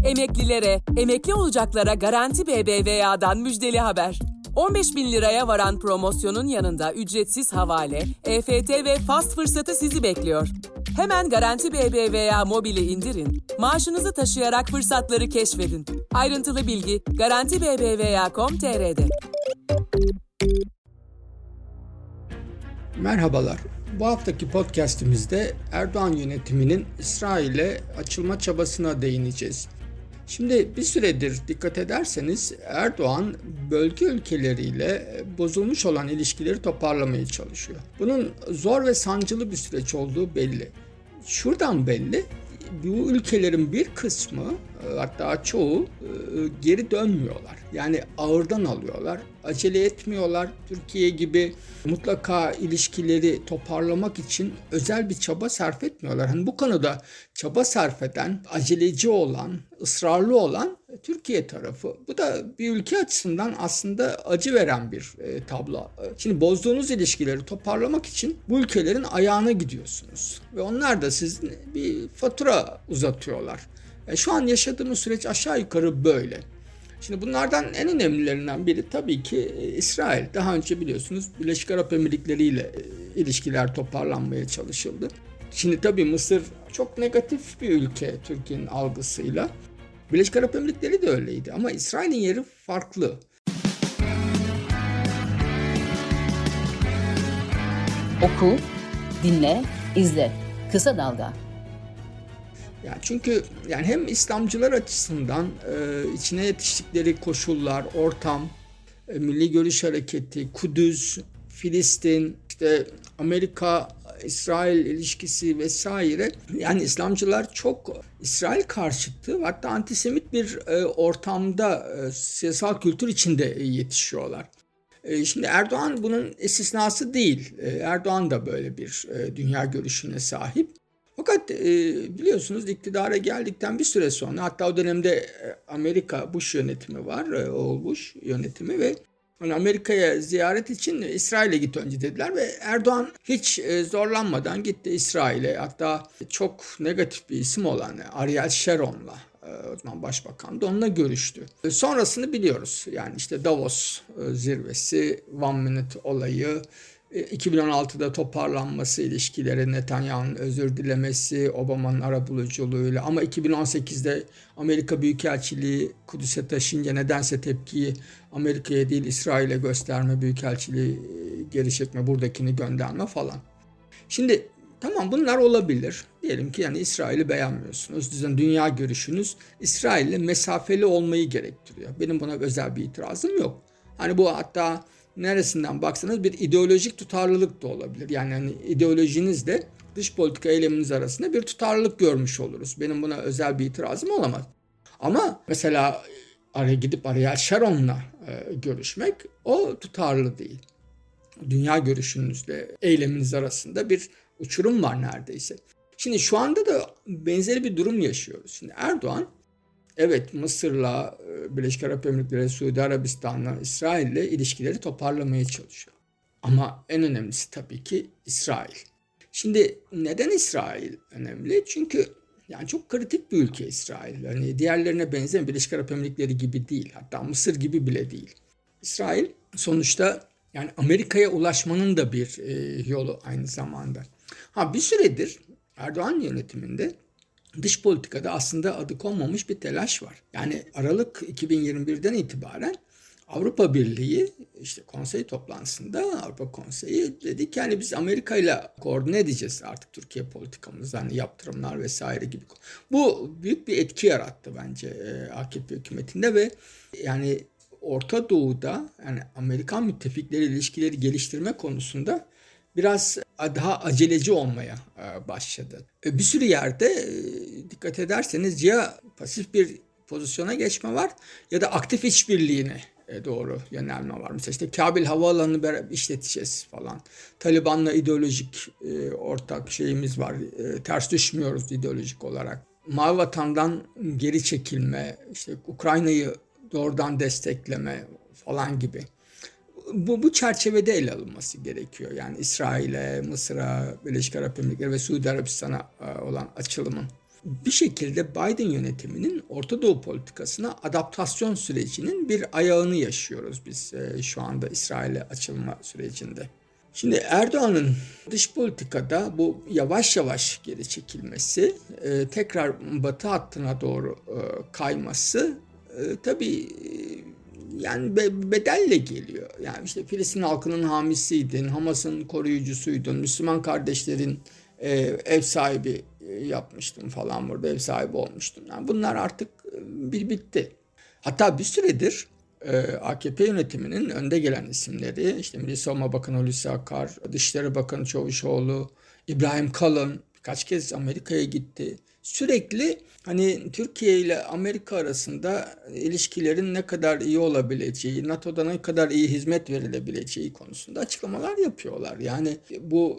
Emeklilere, emekli olacaklara Garanti BBVA'dan müjdeli haber. 15.000 liraya varan promosyonun yanında ücretsiz havale, EFT ve fast fırsatı sizi bekliyor. Hemen Garanti BBVA mobili indirin, maaşınızı taşıyarak fırsatları keşfedin. Ayrıntılı bilgi garantibbva.com.tr'de. Merhabalar. Bu haftaki podcast'imizde Erdoğan yönetiminin İsrail'e açılma çabasına değineceğiz. Şimdi bir süredir dikkat ederseniz Erdoğan bölge ülkeleriyle bozulmuş olan ilişkileri toparlamaya çalışıyor. Bunun zor ve sancılı bir süreç olduğu belli. Şuradan belli, bu ülkelerin bir kısmı, hatta çoğu geri dönmüyorlar. Yani ağırdan alıyorlar, acele etmiyorlar. Türkiye gibi mutlaka ilişkileri toparlamak için özel bir çaba sarf etmiyorlar. Hani bu konuda çaba sarf eden, aceleci olan, ısrarlı olan Türkiye tarafı. Bu da bir ülke açısından aslında acı veren bir tablo. Şimdi bozduğunuz ilişkileri toparlamak için bu ülkelerin ayağına gidiyorsunuz. Ve onlar da sizin bir fatura uzatıyorlar. Şu an yaşadığımız süreç aşağı yukarı böyle. Şimdi bunlardan en önemlilerinden biri tabii ki İsrail. Daha önce biliyorsunuz Birleşik Arap Emirlikleri ile ilişkiler toparlanmaya çalışıldı. Şimdi tabii Mısır çok negatif bir ülke Türkiye'nin algısıyla. Birleşik Arap Emirlikleri de öyleydi ama İsrail'in yeri farklı. Oku, dinle, izle. Kısa Dalga. Çünkü hem İslamcılar açısından içine yetiştikleri koşullar, ortam, Milli Görüş Hareketi, Kudüs, Filistin, Amerika-İsrail ilişkisi vesaire. Yani İslamcılar çok İsrail karşıtı, hatta antisemit bir ortamda, siyasal kültür içinde yetişiyorlar. Şimdi Erdoğan bunun istisnası değil. Erdoğan da böyle bir dünya görüşüne sahip. Fakat biliyorsunuz iktidara geldikten bir süre sonra, hatta o dönemde Amerika Bush yönetimi var, oğul Bush yönetimi ve Amerika'ya ziyaret için İsrail'e git önce dediler ve Erdoğan hiç zorlanmadan gitti İsrail'e. Hatta çok negatif bir isim olan Ariel Sharon'la, o zaman başbakan da onunla görüştü. Sonrasını biliyoruz. Davos zirvesi, One Minute olayı, 2016'da toparlanması, ilişkileri, Netanyahu'nun özür dilemesi, Obama'nın arabuluculuğuyla, ama 2018'de Amerika Büyükelçiliği Kudüs'e taşınca nedense tepkiyi Amerika'ya değil İsrail'e gösterme, Büyükelçiliği geri çekme, buradakini gönderme falan. Şimdi tamam, bunlar olabilir. Diyelim ki İsrail'i beğenmiyorsunuz. Dünya görüşünüz İsrail'le mesafeli olmayı gerektiriyor. Benim buna özel bir itirazım yok. Bu hatta neresinden baksanız bir ideolojik tutarlılık da olabilir. İdeolojinizle dış politika eyleminiz arasında bir tutarlılık görmüş oluruz. Benim buna özel bir itirazım olamaz. Ama mesela gidip Ariel Sharon'la görüşmek, o tutarlı değil. Dünya görüşünüzle eyleminiz arasında bir uçurum var neredeyse. Şimdi şu anda da benzeri bir durum yaşıyoruz. Şimdi Erdoğan, evet, Mısır'la, Birleşik Arap Emirlikleri, Suudi Arabistan'la, İsrail'le ilişkileri toparlamaya çalışıyor. Ama en önemlisi tabii ki İsrail. Şimdi neden İsrail önemli? Çünkü çok kritik bir ülke İsrail. Diğerlerine benzeyen, Birleşik Arap Emirlikleri gibi değil. Hatta Mısır gibi bile değil. İsrail sonuçta Amerika'ya ulaşmanın da bir yolu aynı zamanda. Bir süredir Erdoğan yönetiminde dış politikada aslında adı konmamış bir telaş var. Aralık 2021'den itibaren Avrupa Birliği konsey toplantısında, Avrupa Konseyi dedi ki biz Amerika ile koordine edeceğiz artık Türkiye politikamızı, yaptırımlar vesaire gibi. Bu büyük bir etki yarattı bence AKP hükümetinde ve Orta Doğu'da Amerikan müttefikleri ilişkileri geliştirme konusunda biraz daha aceleci olmaya başladı. Bir sürü yerde dikkat ederseniz ya pasif bir pozisyona geçme var ya da aktif işbirliğine doğru yönelme var. Mesela Kabil Havaalanı'nı beraber işleteceğiz falan. Taliban'la ideolojik ortak şeyimiz var. Ters düşmüyoruz ideolojik olarak. Mavi Vatan'dan geri çekilme, Ukrayna'yı doğrudan destekleme falan gibi. Bu çerçevede ele alınması gerekiyor. İsrail'e, Mısır'a, Birleşik Arap Emirlikleri ve Suudi Arabistan'a olan açılımın. bir şekilde Biden yönetiminin Orta Doğu politikasına adaptasyon sürecinin bir ayağını yaşıyoruz biz şu anda İsrail'e açılma sürecinde. Şimdi Erdoğan'ın dış politikada bu yavaş yavaş geri çekilmesi, tekrar Batı hattına doğru kayması tabii yani bedelle geliyor. Yani işte Filistin halkının hamisiydin, Hamas'ın koruyucusuydun, Müslüman kardeşlerin ev sahibi yapmıştın falan, burada ev sahibi olmuştun. Yani bunlar artık bitti. Hatta bir süredir AKP yönetiminin önde gelen isimleri, işte Milli Savunma Bakanı Hulusi Akar, Dışişleri Bakanı Çavuşoğlu, İbrahim Kalın birkaç kez Amerika'ya gitti. Sürekli hani Türkiye ile Amerika arasında ilişkilerin ne kadar iyi olabileceği, NATO'da ne kadar iyi hizmet verilebileceği konusunda açıklamalar yapıyorlar. Yani bu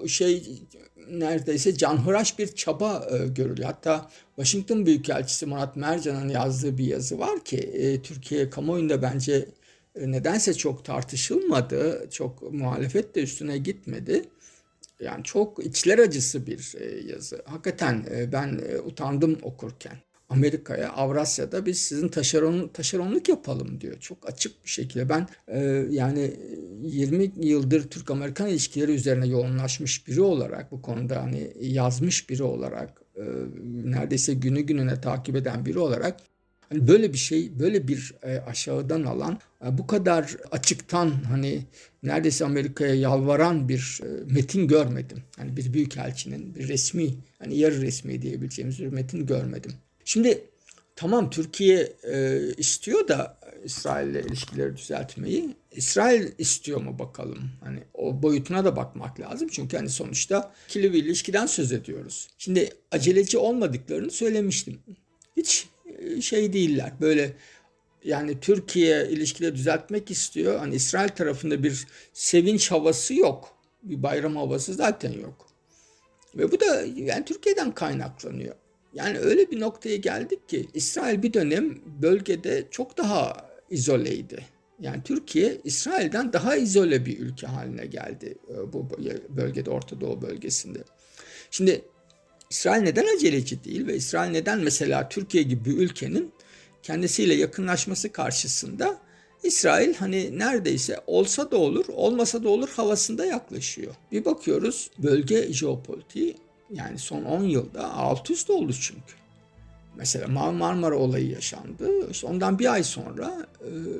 neredeyse canhıraş bir çaba görülüyor. Hatta Washington Büyükelçisi Murat Mercan'ın yazdığı bir yazı var ki Türkiye kamuoyunda bence nedense çok tartışılmadı, çok muhalefet de üstüne gitmedi. Yani çok içler acısı bir yazı. Hakikaten ben utandım okurken. Amerika'ya, Avrasya'da biz sizin taşeronluk yapalım diyor. Çok açık bir şekilde. Ben yani 20 yıldır Türk-Amerikan ilişkileri üzerine yoğunlaşmış biri olarak, bu konuda hani yazmış biri olarak, neredeyse günü gününe takip eden biri olarak, hani böyle bir şey, böyle bir aşağıdan alan, bu kadar açıktan hani neredeyse Amerika'ya yalvaran bir metin görmedim. Hani bir büyükelçinin, bir resmi, hani yarı resmi diyebileceğimiz bir metin görmedim. Şimdi tamam, Türkiye istiyor da İsrail'le ilişkileri düzeltmeyi. İsrail istiyor mu bakalım? Hani o boyutuna da bakmak lazım. Çünkü hani sonuçta ikili bir ilişkiden söz ediyoruz. Şimdi aceleci olmadıklarını söylemiştim. Hiç şey değiller. Böyle yani Türkiye ilişkileri düzeltmek istiyor. Hani İsrail tarafında bir sevinç havası yok. Bir bayram havası zaten yok. Ve bu da yani Türkiye'den kaynaklanıyor. Yani öyle bir noktaya geldik ki İsrail bir dönem bölgede çok daha izoleydi. Yani Türkiye İsrail'den daha izole bir ülke haline geldi bu bölgede, Orta Doğu bölgesinde. Şimdi İsrail neden aceleci değil ve İsrail neden mesela Türkiye gibi bir ülkenin kendisiyle yakınlaşması karşısında İsrail hani neredeyse olsa da olur, olmasa da olur havasında yaklaşıyor. Bir bakıyoruz bölge jeopolitiği yani son 10 yılda alt üst oldu çünkü. Mesela Marmara olayı yaşandı. İşte ondan bir ay sonra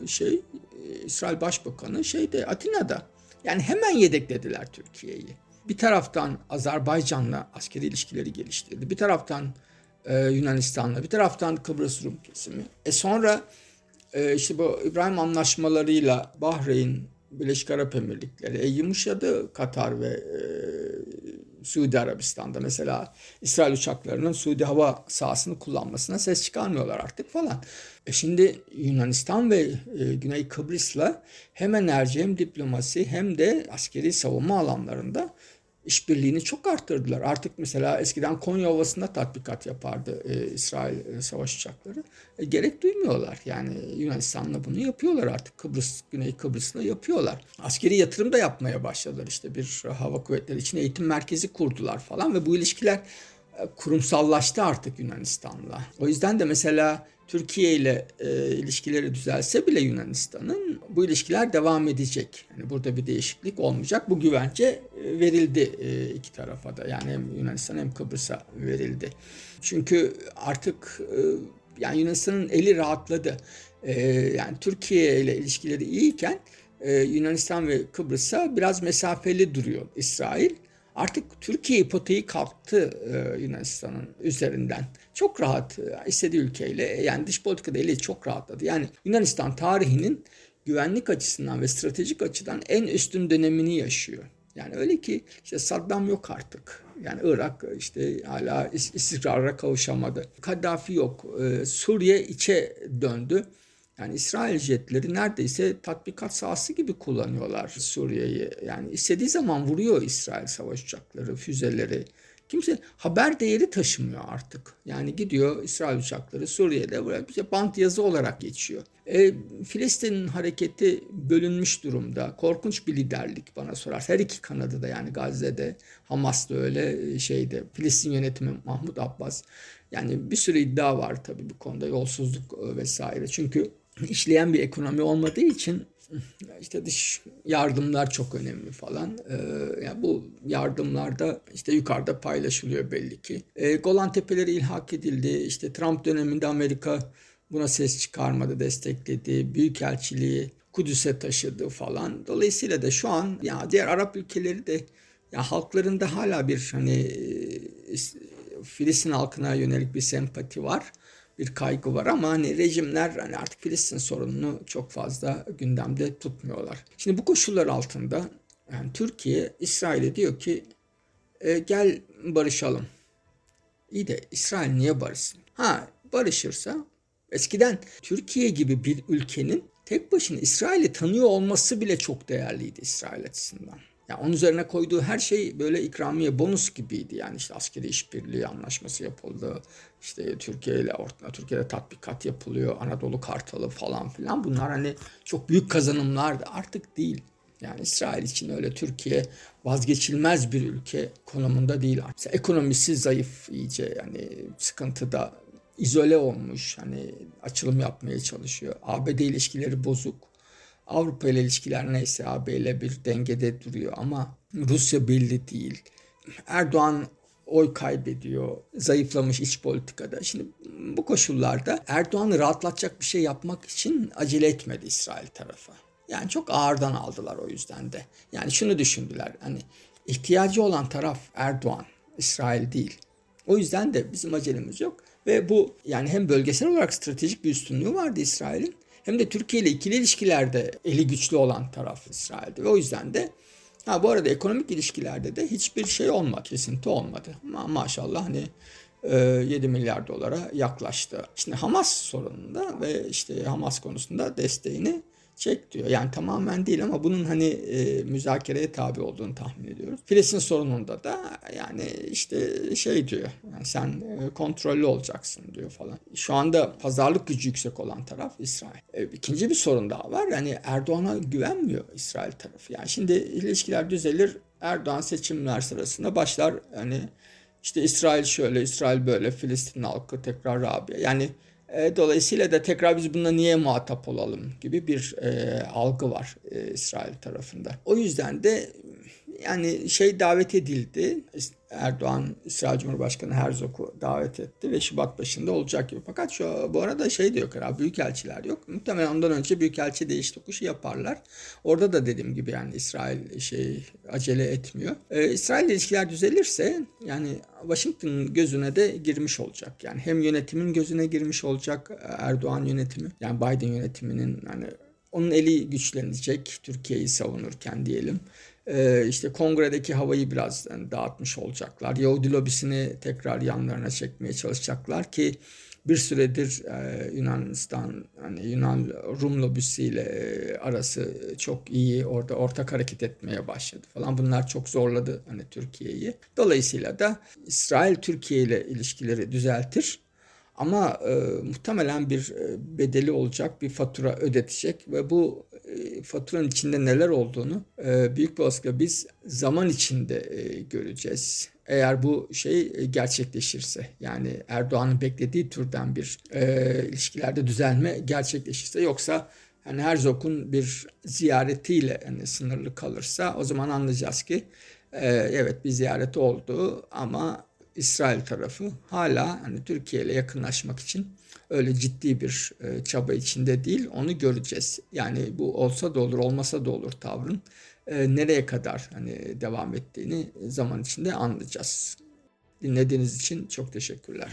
İsrail Başbakanı Atina'da. Yani hemen yedeklediler Türkiye'yi. Bir taraftan Azerbaycan'la askeri ilişkileri geliştirdi. Bir taraftan Yunanistan'la, bir taraftan Kıbrıs Rum kesimi. Sonra işte bu İbrahim anlaşmalarıyla Bahreyn, Birleşik Arap Emirlikleri yumuşadı. Katar ve Suudi Arabistan'da mesela İsrail uçaklarının Suudi hava sahasını kullanmasına ses çıkarmıyorlar artık falan. Şimdi Yunanistan ve Güney Kıbrıs'la hem enerji hem diplomasi hem de askeri savunma alanlarında işbirliğini çok arttırdılar. Artık mesela eskiden Konya Ovası'nda tatbikat yapardı İsrail savaş uçakları. Gerek duymuyorlar. Yani Yunanistan'la bunu yapıyorlar artık. Güney Kıbrıs'la yapıyorlar. Askeri yatırım da yapmaya başladılar. İşte bir hava kuvvetleri için eğitim merkezi kurdular falan ve bu ilişkiler kurumsallaştı artık Yunanistan'la. O yüzden de mesela Türkiye ile ilişkileri düzelse bile Yunanistan'ın bu ilişkiler devam edecek. Yani burada bir değişiklik olmayacak. Bu güvence verildi iki tarafa da. Yani hem Yunanistan hem Kıbrıs'a verildi. Çünkü artık yani Yunanistan'ın eli rahatladı. Yani Türkiye ile ilişkileri iyiyken Yunanistan ve Kıbrıs'a biraz mesafeli duruyor İsrail. Artık Türkiye ipoteği kalktı Yunanistan'ın üzerinden. Çok rahat istediği ülkeyle, yani dış politikada eli çok rahatladı. Yani Yunanistan tarihinin güvenlik açısından ve stratejik açıdan en üstün dönemini yaşıyor. Yani öyle ki işte Saddam yok artık. Yani Irak işte hala istikrara kavuşamadı. Kaddafi yok. Suriye içe döndü. Yani İsrail jetleri neredeyse tatbikat sahası gibi kullanıyorlar Suriye'yi. Yani istediği zaman vuruyor İsrail savaş uçakları, füzeleri. Kimse haber değeri taşımıyor artık. Yani gidiyor İsrail uçakları Suriye'de böyle bir bant yazı olarak geçiyor. Filistin'in hareketi bölünmüş durumda. Korkunç bir liderlik bana sorarsan. Her iki kanadı da, yani Gazze'de, Hamas'ta öyle Filistin yönetimi Mahmut Abbas Yani bir sürü iddia var tabii bu konuda, yolsuzluk vesaire. Çünkü işleyen bir ekonomi olmadığı için işte dış yardımlar çok önemli falan. Yani bu yardımlarda işte yukarıda paylaşılıyor belli ki. Golan Tepeleri ilhak edildi. İşte Trump döneminde Amerika buna ses çıkarmadı, destekledi. Büyükelçiliği Kudüs'e taşıdı falan. Dolayısıyla da şu an ya diğer Arap ülkeleri de ya halklarında hala bir Filistin halkına yönelik bir sempati var. Bir kaygı var ama hani rejimler hani artık Filistin sorununu çok fazla gündemde tutmuyorlar. Şimdi bu koşullar altında yani Türkiye İsrail'e diyor ki gel barışalım. İyi de İsrail niye barışsın? Barışırsa eskiden Türkiye gibi bir ülkenin tek başına İsrail'i tanıyor olması bile çok değerliydi İsrail açısından. Yani onun üzerine koyduğu her şey böyle ikramiye, bonus gibiydi. Yani işte askeri işbirliği anlaşması yapıldı. İşte Türkiye'de tatbikat yapılıyor. Anadolu Kartalı falan filan. Bunlar hani çok büyük kazanımlardı. Artık değil. Yani İsrail için öyle Türkiye vazgeçilmez bir ülke konumunda değil. Mesela ekonomisi zayıf iyice, yani sıkıntıda, izole olmuş. Hani açılım yapmaya çalışıyor. ABD ilişkileri bozuk. Avrupa ile ilişkiler neyse AB ile bir dengede duruyor ama Rusya belli değil. Erdoğan oy kaybediyor, zayıflamış iç politikada. Şimdi bu koşullarda Erdoğan'ı rahatlatacak bir şey yapmak için acele etmedi İsrail tarafı. Yani çok ağırdan aldılar o yüzden de. Yani şunu düşündüler, hani ihtiyacı olan taraf Erdoğan, İsrail değil. O yüzden de bizim acelemiz yok ve bu yani hem bölgesel olarak stratejik bir üstünlüğü vardı İsrail'in, hem de Türkiye ile ikili ilişkilerde eli güçlü olan taraf İsrail'di. Ve o yüzden de bu arada ekonomik ilişkilerde de hiçbir şey olmadı, kesinti olmadı. Ama maşallah hani 7 milyar dolara yaklaştı. Şimdi Hamas sorununda ve işte Hamas konusunda desteğini çek diyor. Yani tamamen değil ama bunun hani müzakereye tabi olduğunu tahmin ediyoruz. Filistin sorununda da yani işte şey diyor. Yani sen kontrollü olacaksın diyor falan. Şu anda pazarlık gücü yüksek olan taraf İsrail. İkinci bir sorun daha var. Yani Erdoğan'a güvenmiyor İsrail tarafı. Yani şimdi ilişkiler düzelir. Erdoğan seçimler sırasında başlar hani işte İsrail şöyle, İsrail böyle, Filistin halkı tekrar Rabia. Yani dolayısıyla da tekrar biz bununla niye muhatap olalım gibi bir algı var İsrail tarafında. O yüzden de yani davet edildi. Erdoğan, İsrail Cumhurbaşkanı Herzog'u davet etti ve Şubat başında olacak gibi. Fakat bu arada de yok herhalde, büyükelçiler yok. Muhtemelen ondan önce büyükelçi değiş tokuşu yaparlar. Orada da dediğim gibi yani İsrail acele etmiyor. İsrail ilişkiler düzelirse yani Washington'ın gözüne de girmiş olacak. Yani hem yönetimin gözüne girmiş olacak, Erdoğan yönetimi, yani Biden yönetiminin hani onun eli güçlenecek Türkiye'yi savunurken diyelim. İşte kongredeki havayı biraz dağıtmış olacaklar. Yahudi lobisini tekrar yanlarına çekmeye çalışacaklar ki bir süredir Yunanistan, hani Yunan Rum lobisiyle arası çok iyi, orada ortak hareket etmeye başladı falan. Bunlar çok zorladı hani Türkiye'yi. Dolayısıyla da İsrail Türkiye ile ilişkileri düzeltir. Ama muhtemelen bir bedeli olacak, bir fatura ödetecek ve bu faturanın içinde neler olduğunu büyük bir olasılıkla biz zaman içinde göreceğiz. Eğer bu gerçekleşirse, yani Erdoğan'ın beklediği türden bir ilişkilerde düzelme gerçekleşirse, yoksa yani Herzog'un bir ziyaretiyle hani sınırlı kalırsa o zaman anlayacağız ki evet bir ziyaret oldu ama İsrail tarafı hala hani Türkiye ile yakınlaşmak için öyle ciddi bir çaba içinde değil, onu göreceğiz. Yani bu olsa da olur, olmasa da olur tavrın nereye kadar hani devam ettiğini zaman içinde anlayacağız. Dinlediğiniz için çok teşekkürler.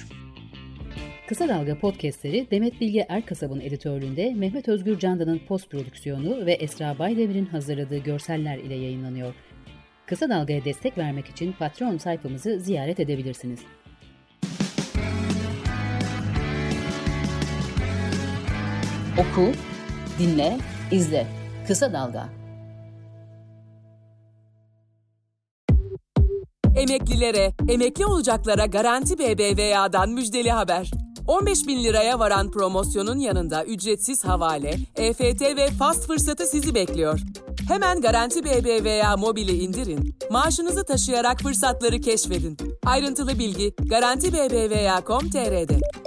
Kısa Dalga podcastleri Demet Bilge Erkasab'ın editörlüğünde Mehmet Özgür Candan'ın post prodüksiyonu ve Esra Baydemir'in hazırladığı görseller ile yayınlanıyor. Kısa Dalga'ya destek vermek için Patreon sayfamızı ziyaret edebilirsiniz. Oku, dinle, izle. Kısa Dalga. Emeklilere, emekli olacaklara Garanti BBVA'dan müjdeli haber. 15.000 liraya varan promosyonun yanında ücretsiz havale, EFT ve fast fırsatı sizi bekliyor. Hemen Garanti BBVA Mobil'i indirin, maaşınızı taşıyarak fırsatları keşfedin. Ayrıntılı bilgi garantibbva.com.tr'de.